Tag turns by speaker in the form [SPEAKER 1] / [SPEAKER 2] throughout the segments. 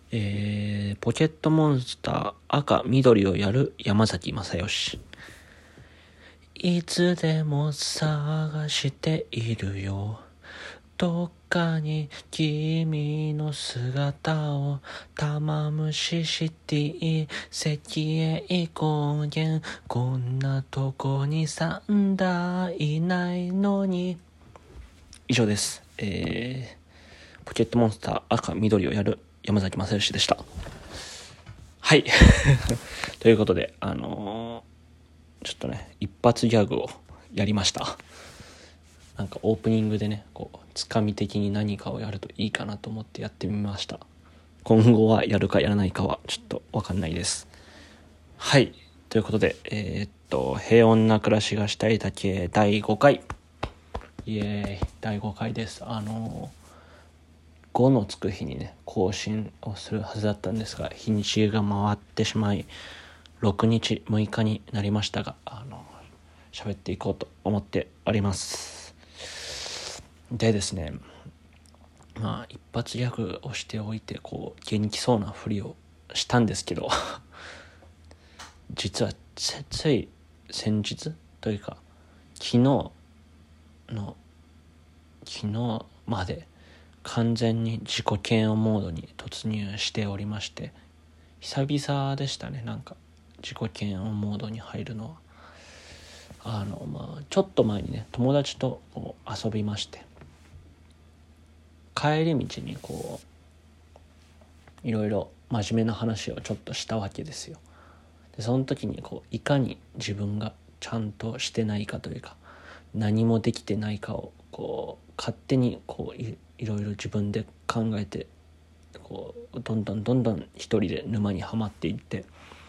[SPEAKER 1] ポケットモンスター赤緑をやる山崎正義。いつでも探しているよ、どっかに君の姿を。玉虫シティ石英高原、こんなとこに3台いないのに。以上です。ポケットモンスター赤緑をやる山崎正義でした。はいということでちょっとね一発ギャグをやりました。なんかオープニングでねこうつかみ的に何かをやるといいかなと思ってやってみました。今後はやるかやらないかはちょっとわかんないです。はい、ということで平穏な暮らしがしたいだけ第5回、イエーイ第5回です。5のつく日にね更新をするはずだったんですが、日にちが回ってしまい6日6日になりましたが、喋っていこうと思っております。でですね、一発ギャグをしておいてこう元気そうなふりをしたんですけど実はつい先日というか昨日まで完全に自己嫌悪モードに突入しておりまして、久々でしたね。なんか自己嫌悪モードに入るのはちょっと前にね友達と遊びまして、帰り道にこういろいろ真面目な話をちょっとしたわけですよ。でその時にこういかに自分がちゃんとしてないかというか何もできてないかをこう勝手にこういろいろ自分で考えてこうどんどん一人で沼にはまっていって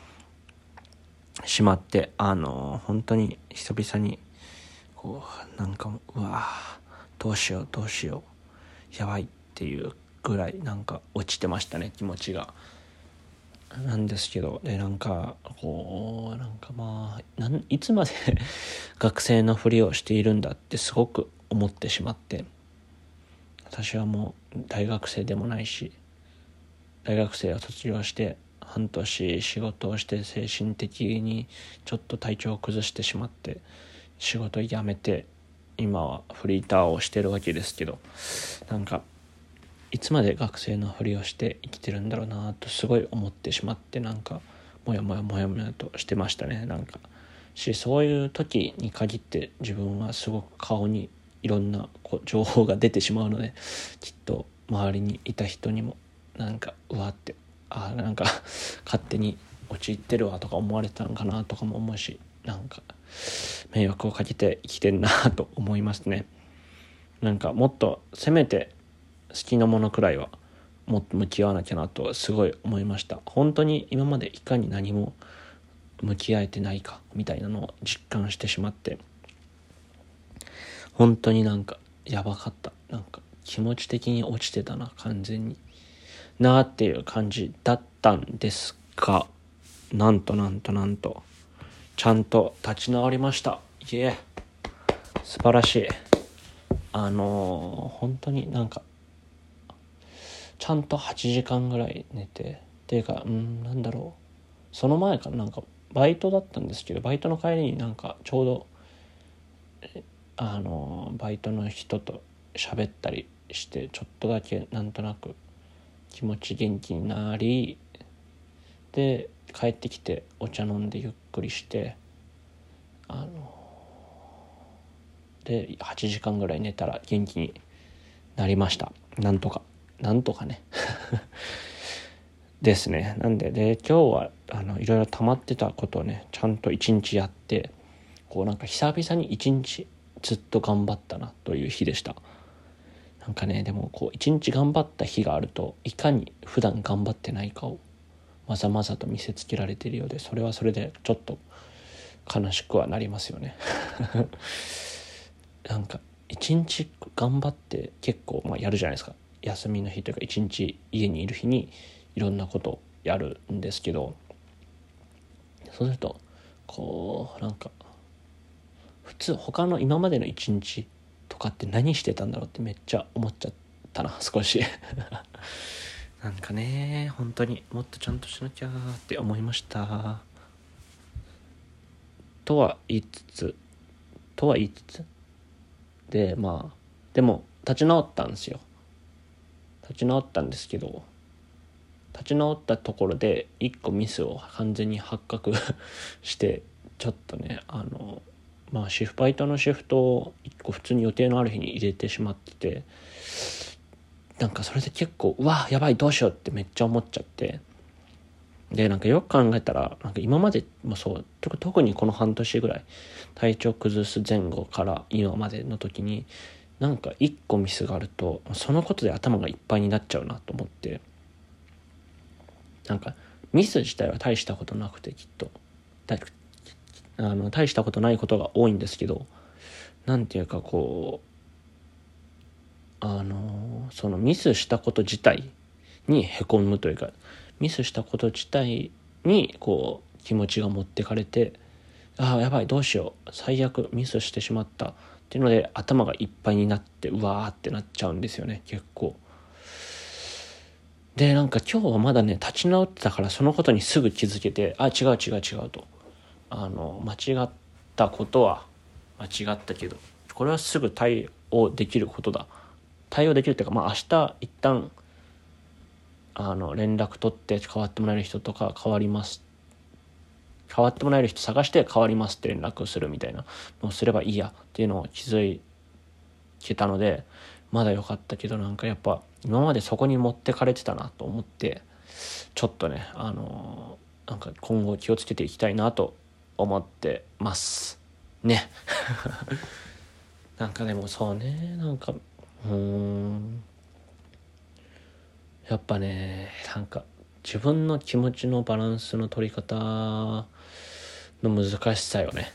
[SPEAKER 1] しまって、本当に久々にこうなんかうわどうしようやばいっていうぐらいなんか落ちてましたね、気持ちが。なんですけど、でなんかこうなんかいつまで学生のふりをしているんだってすごく思ってしまって、私はもう大学生でもないし、大学生を卒業して半年仕事をして精神的にちょっと体調を崩してしまって仕事辞めて今はフリーターをしてるわけですけど、なんかいつまで学生のふりをして生きてるんだろうなとすごい思ってしまって、なんかもやもやとしてましたね。なんかそういう時に限って自分はすごく顔にいろんな情報が出てしまうので、きっと周りにいた人にもなんかうわってなんか勝手に陥ってるわとか思われたのかなとかも思うし、なんか迷惑をかけて生きてんなと思いますね。なんかもっとせめて好きなものくらいはもっと向き合わなきゃなとすごい思いました。本当に今までいかに何も向き合えてないかみたいなのを実感してしまって、本当になんかやばかった。なんか気持ち的に落ちてたな完全になっていう感じだったんですが、なんとちゃんと立ち直りました。いえ素晴らしい。本当になんかちゃんと8時間ぐらい寝て、っていうかなんだろう、その前からなんかバイトだったんですけど、バイトの帰りになんかちょうどバイトの人と喋ったりしてちょっとだけなんとなく気持ち元気になり、で帰ってきてお茶飲んでゆっくりしてで8時間ぐらい寝たら元気になりました。なんとかねですね。なんで今日はいろいろ溜まってたことをねちゃんと一日やって、こうなんか久々に一日ずっと頑張ったなという日でした。なんかねでもこう一日頑張った日があるといかに普段頑張ってないかをまざまざと見せつけられているようで、それはそれでちょっと悲しくはなりますよねなんか一日頑張って結構やるじゃないですか。休みの日というか一日家にいる日にいろんなことをやるんですけど、そうするとこうなんか普通他の今までの一日とかって何してたんだろうってめっちゃ思っちゃったな少しなんかね、本当にもっとちゃんとしなきゃって思いましたとは言いつつで、まあでも立ち直ったんですけど、立ち直ったところで一個ミスを完全に発覚してちょっとね、バイトのシフトを一個普通に予定のある日に入れてしまってて、なんかそれで結構うわやばいどうしようってめっちゃ思っちゃって、でなんかよく考えたらなんか今までもそう特にこの半年ぐらい体調崩す前後から今までの時になんか一個ミスがあるとそのことで頭がいっぱいになっちゃうなと思って、なんかミス自体は大したことなくてきっと大したことないことが多いんですけど、なんていうかこうそのミスしたこと自体にへこむというか、ミスしたこと自体にこう気持ちが持ってかれて、ああやばいどうしよう最悪ミスしてしまったっていうので頭がいっぱいになってうわーってなっちゃうんですよね結構。でなんか今日はまだね立ち直ってたからそのことにすぐ気づけて、あ違うと、間違ったことは間違ったけどこれはすぐ対応できることだ、対応できるっていうか、明日一旦連絡取って代わってもらえる人とか代わってもらえる人探して代わりますって連絡するみたいなのをすればいいやっていうのを気づけたのでまだ良かったけど、なんかやっぱ今までそこに持ってかれてたなと思ってちょっとねなんか今後気をつけていきたいなと思ってますねなんかでもそうね、なんかやっぱねなんか自分の気持ちのバランスの取り方の難しさよね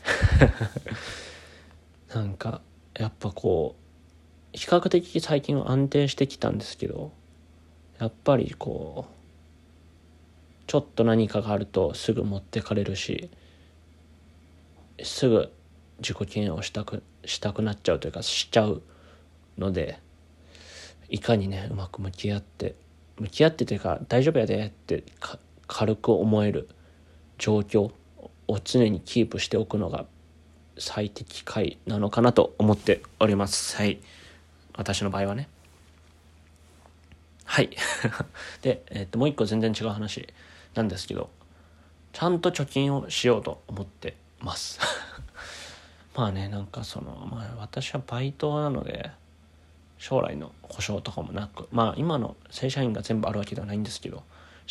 [SPEAKER 1] なんかやっぱこう比較的最近は安定してきたんですけど、やっぱりこうちょっと何かがあるとすぐ持ってかれるし、すぐ自己嫌悪したくなっちゃうというかしちゃうので、いかにねうまく向き合ってというか大丈夫やでって軽く思える状況を常にキープしておくのが最適解なのかなと思っております。はい、私の場合はね。はいで、もう一個全然違う話なんですけど、ちゃんと貯金をしようと思ってますまあね、なんか私はバイトなので将来の保証とかもなく、今の正社員が全部あるわけではないんですけど、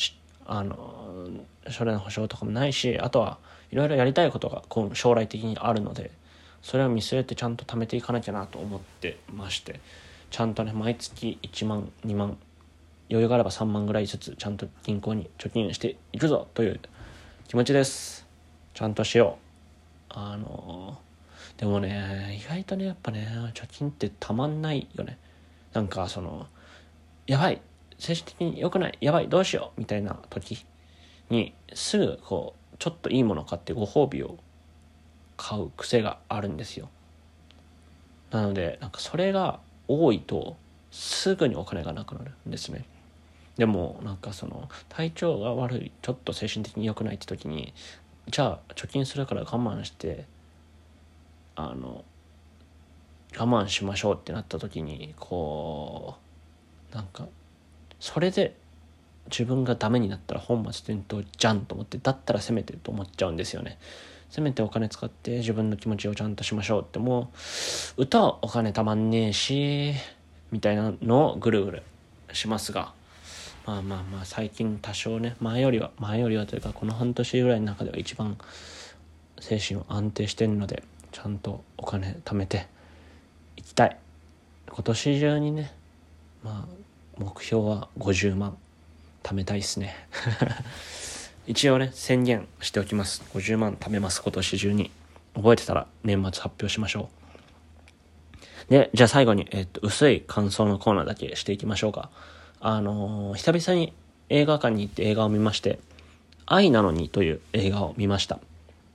[SPEAKER 1] 将来の保証とかもないし、あとはいろいろやりたいことが将来的にあるので、それを見据えてちゃんと貯めていかなきゃなと思ってまして、ちゃんとね毎月1万2万余裕があれば3万ぐらいずつちゃんと銀行に貯金していくぞという気持ちです。ちゃんとしよう。でもね意外とねやっぱね貯金ってたまんないよね。なんかやばい精神的に良くないやばいどうしようみたいな時にすぐこうちょっといいもの買ってご褒美を買う癖があるんですよ。なのでなんかそれが多いとすぐにお金がなくなるんですね。でもなんか体調が悪いちょっと精神的に良くないって時にじゃあ貯金するから我慢して我慢しましょうってなった時にこうなんかそれで自分がダメになったら本末転倒じゃんと思って、だったらせめてと思っちゃうんですよね。せめてお金使って自分の気持ちをちゃんとしましょうって、もう歌はお金たまんねえしみたいなのをぐるぐるしますが、最近多少ね前よりはというかこの半年ぐらいの中では一番精神は安定してるので、ちゃんとお金貯めていきたい。今年中にね目標は50万貯めたいですね一応ね宣言しておきます。50万貯めます今年中に。覚えてたら年末発表しましょう。でじゃあ最後に、薄い感想のコーナーだけしていきましょうか。久々に映画館に行って映画を見まして、愛なのにという映画を見ました。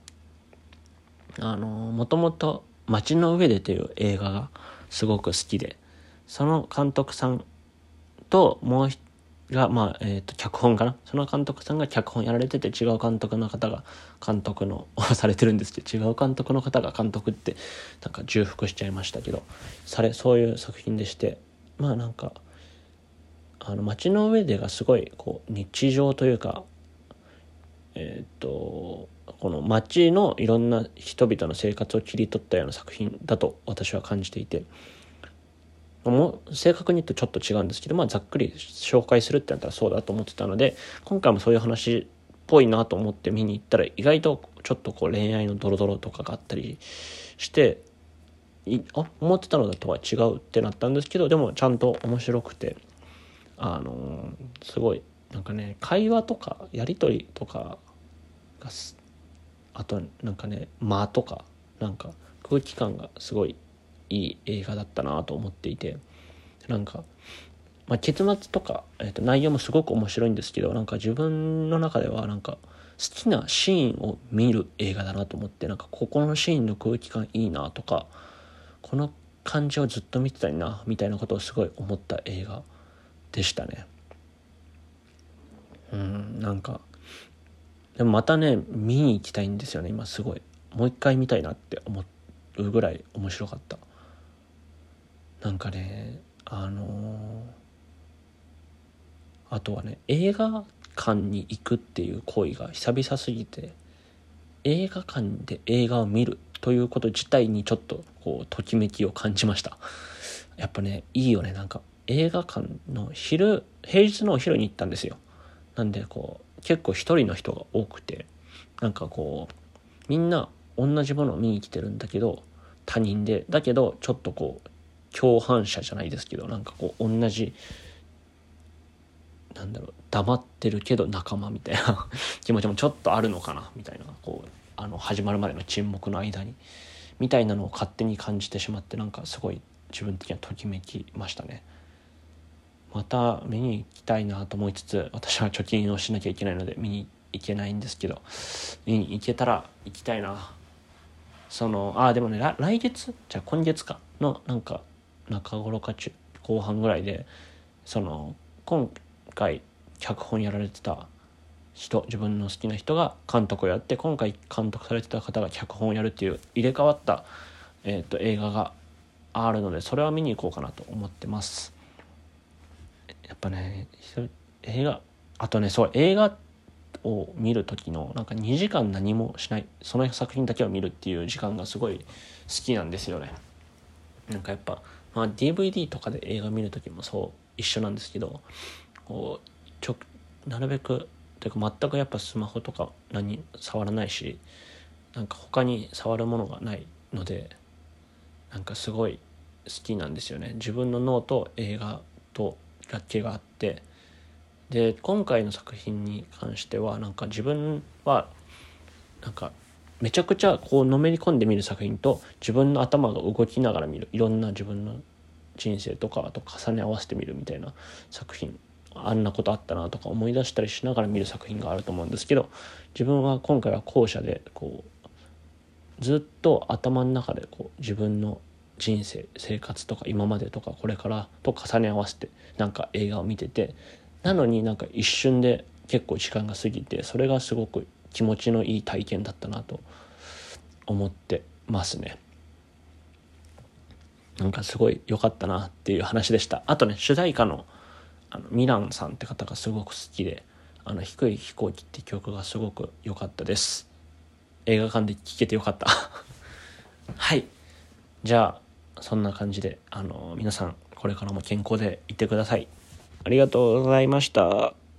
[SPEAKER 1] もともと街の上でという映画がすごく好きで、その監督さんともうが、脚本かな、その監督さんが脚本やられてて、違う監督の方が監督のされてるんですけど、違う監督の方が監督ってなんか重複しちゃいましたけど、そういう作品でして、なんか街の上でがすごいこう日常というか、この街のいろんな人々の生活を切り取ったような作品だと私は感じていて、もう正確に言うとちょっと違うんですけど、ざっくり紹介するってなったらそうだと思ってたので、今回もそういう話っぽいなと思って見に行ったら、意外とちょっとこう恋愛のドロドロとかがあったりして思ってたのとは違うってなったんですけど、でもちゃんと面白くて、すごいなんかね、会話とかやり取りとかがあとなんかね、間とかなんか空気感がすごいいい映画だったなと思っていて、なんか、結末とか、内容もすごく面白いんですけど、なんか自分の中ではなんか好きなシーンを見る映画だなと思って、なんかここのシーンの空気感いいなとか、この感じをずっと見てたいなみたいなことをすごい思った映画でしたね。なんかでもまたね、見に行きたいんですよね。今すごいもう一回見たいなって思うぐらい面白かった。なんかね、あとはね、映画館に行くっていう行為が久々すぎて、映画館で映画を見るということ自体にちょっとこうときめきを感じました。やっぱね、いいよね。なんか映画館の平日のお昼に行ったんですよ。なんでこう結構一人の人が多くて、なんかこうみんな同じものを見に来てるんだけど、他人でだけどちょっとこう共犯者じゃないですけど、なんかこう同じ黙ってるけど仲間みたいな気持ちもちょっとあるのかなみたいな、こう始まるまでの沈黙の間にみたいなのを勝手に感じてしまって、なんかすごい自分的にはときめきましたね。また見に行きたいなと思いつつ、私は貯金をしなきゃいけないので見に行けないんですけど、見に行けたら行きたいな。でもね、来月じゃあ今月かのなんか中頃か後半ぐらいで、今回脚本やられてた人、自分の好きな人が監督をやって、今回監督されてた方が脚本をやるっていう入れ替わった、映画があるので、それは見に行こうかなと思ってます。やっぱね、あとね、映画を見る時のなんか2時間何もしない、その作品だけを見るっていう時間がすごい好きなんですよね。なんかやっぱ、DVD とかで映画見る時も一緒なんですけど、こうなるべくというか全くやっぱスマホとか触らないし、なんか他に触るものがないので、なんかすごい好きなんですよね。自分の脳と映画とだけがあって、で今回の作品に関してはなんか自分はなんかめちゃくちゃこうのめり込んで見る作品と、自分の頭が動きながら見る、いろんな自分の人生とかと重ね合わせて見るみたいな作品、あんなことあったなとか思い出したりしながら見る作品があると思うんですけど、自分は今回は後者で、こうずっと頭の中でこう自分の人生、生活とか今までとかこれからと重ね合わせてなんか映画を見てて、なのになんか一瞬で結構時間が過ぎて、それがすごく気持ちのいい体験だったなと思ってますね。なんかすごい良かったなっていう話でした。あとね、主題歌のミランさんって方がすごく好きで、低い飛行機って曲がすごく良かったです。映画館で聴けて良かったはい、じゃあそんな感じで皆さんこれからも健康でいてください。ありがとうございました。